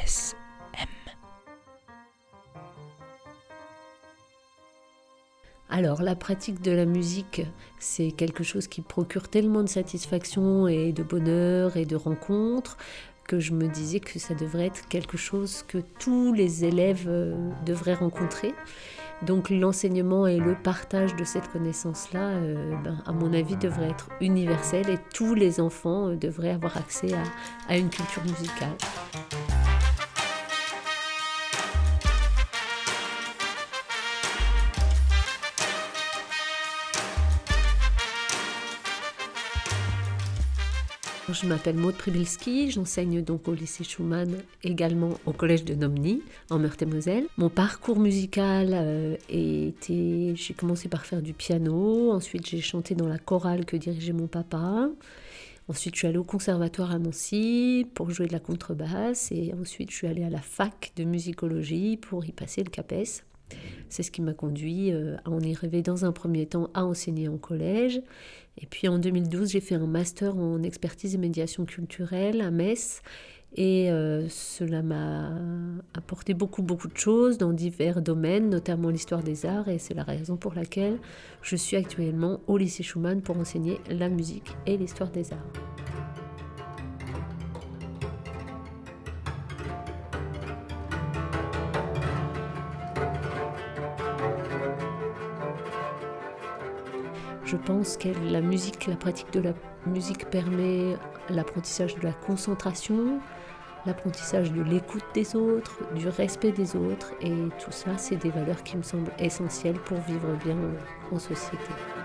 ASM. Alors, la pratique de la musique, c'est quelque chose qui procure tellement de satisfaction et de bonheur et de rencontres que je me disais que ça devrait être quelque chose que tous les élèves devraient rencontrer. Donc l'enseignement et le partage de cette connaissance-là, à mon avis, devrait être universel et tous les enfants devraient avoir accès à une culture musicale. Je m'appelle Maude Przybylski, j'enseigne donc au lycée Schumann, également au collège de Nomny, en Meurthe-et-Moselle. Mon parcours musical j'ai commencé par faire du piano, ensuite j'ai chanté dans la chorale que dirigeait mon papa. Ensuite, je suis allée au conservatoire à Nancy pour jouer de la contrebasse et ensuite je suis allée à la fac de musicologie pour y passer le CAPES. C'est ce qui m'a conduit à en y rêver dans un premier temps à enseigner en collège. Et puis en 2012, j'ai fait un master en expertise et médiation culturelle à Metz. Et cela m'a apporté beaucoup de choses dans divers domaines, notamment l'histoire des arts. Et c'est la raison pour laquelle je suis actuellement au lycée Schumann pour enseigner la musique et l'histoire des arts. Je pense que la pratique de la musique permet l'apprentissage de la concentration, l'apprentissage de l'écoute des autres, du respect des autres, et tout ça, c'est des valeurs qui me semblent essentielles pour vivre bien en société.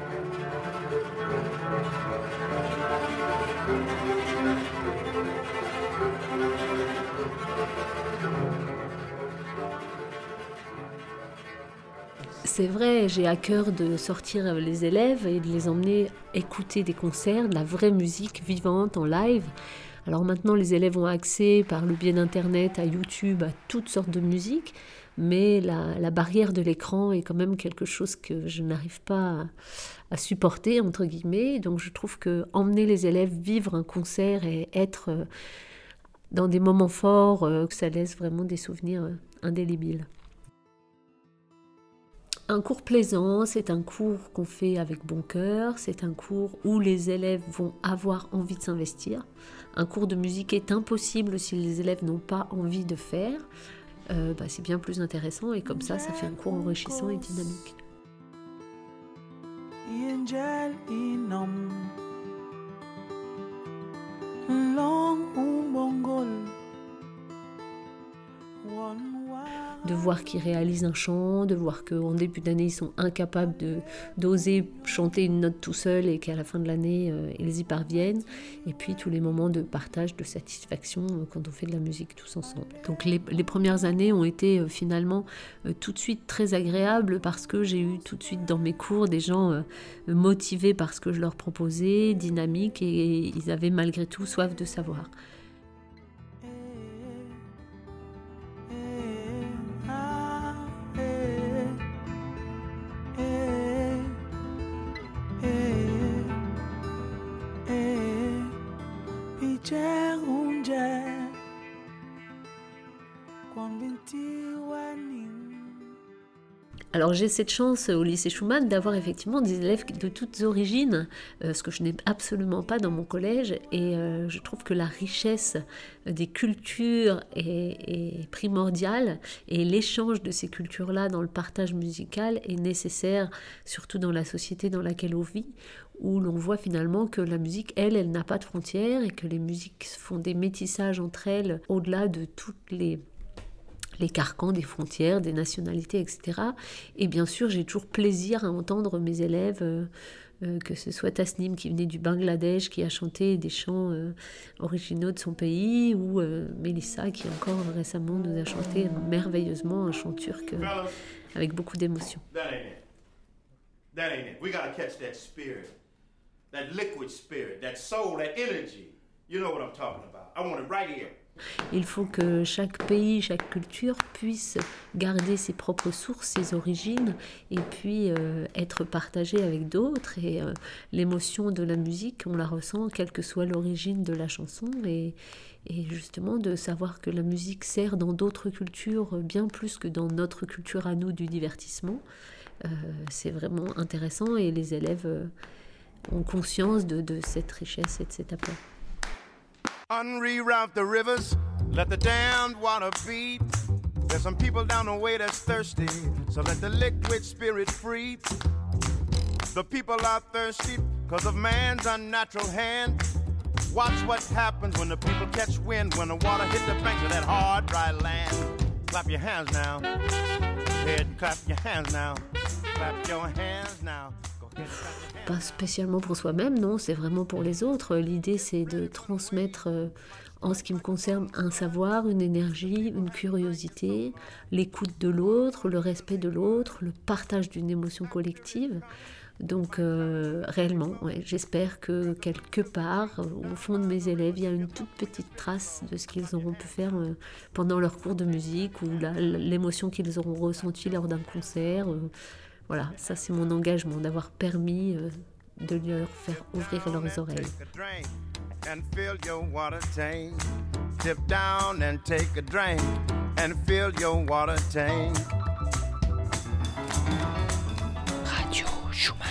C'est vrai, j'ai à cœur de sortir les élèves et de les emmener écouter des concerts, de la vraie musique vivante en live. Alors maintenant, les élèves ont accès par le biais d'Internet à YouTube à toutes sortes de musique, mais la barrière de l'écran est quand même quelque chose que je n'arrive pas à supporter, entre guillemets. Donc je trouve que emmener les élèves vivre un concert et être dans des moments forts, ça laisse vraiment des souvenirs indélébiles. Un cours plaisant, c'est un cours qu'on fait avec bon cœur, c'est un cours où les élèves vont avoir envie de s'investir. Un cours de musique est impossible si les élèves n'ont pas envie de faire. C'est bien plus intéressant et comme ça fait un cours enrichissant et dynamique. De voir qu'ils réalisent un chant, de voir qu'en début d'année, ils sont incapables d'oser chanter une note tout seuls et qu'à la fin de l'année, ils y parviennent. Et puis tous les moments de partage, de satisfaction quand on fait de la musique tous ensemble. Donc les premières années ont été finalement tout de suite très agréables parce que j'ai eu tout de suite dans mes cours des gens motivés par ce que je leur proposais, dynamiques, et ils avaient malgré tout soif de savoir. Alors j'ai cette chance au lycée Schumann d'avoir effectivement des élèves de toutes origines, ce que je n'ai absolument pas dans mon collège, et je trouve que la richesse des cultures est primordiale, et l'échange de ces cultures-là dans le partage musical est nécessaire, surtout dans la société dans laquelle on vit, où l'on voit finalement que la musique, elle n'a pas de frontières, et que les musiques font des métissages entre elles au-delà de toutes les carcans des frontières, des nationalités, etc. Et bien sûr, j'ai toujours plaisir à entendre mes élèves, que ce soit Tasnim qui venait du Bangladesh, qui a chanté des chants originaux de son pays, ou Mélissa qui encore récemment nous a chanté merveilleusement un chant turc avec beaucoup d'émotion. That ain't it. We gotta catch that spirit, that liquid spirit, that soul, that energy. You know what I'm talking about. I want it right here. Il faut que chaque pays, chaque culture puisse garder ses propres sources, ses origines, et puis être partagée avec d'autres. Et l'émotion de la musique, on la ressent quelle que soit l'origine de la chanson. Et justement de savoir que la musique sert dans d'autres cultures bien plus que dans notre culture à nous du divertissement, c'est vraiment intéressant et les élèves ont conscience de cette richesse et de cet apport. Unreroute the rivers, let the damned water beat. There's some people down the way that's thirsty, so let the liquid spirit free. The people are thirsty because of man's unnatural hand. Watch what happens when the people catch wind, when the water hit the banks of that hard, dry land. Clap your hands now. Go ahead and clap your hands now. Clap your hands now. Pas spécialement pour soi-même, non, c'est vraiment pour les autres. L'idée, c'est de transmettre, en ce qui me concerne, un savoir, une énergie, une curiosité, l'écoute de l'autre, le respect de l'autre, le partage d'une émotion collective. Donc réellement, ouais, j'espère que quelque part, au fond de mes élèves, il y a une toute petite trace de ce qu'ils auront pu faire pendant leur cours de musique ou l'émotion qu'ils auront ressentie lors d'un concert. Voilà, ça c'est mon engagement, d'avoir permis de leur faire ouvrir leurs oreilles. And fill your water tank. Dip down and take a drink and fill your water tank. Radio Schumann.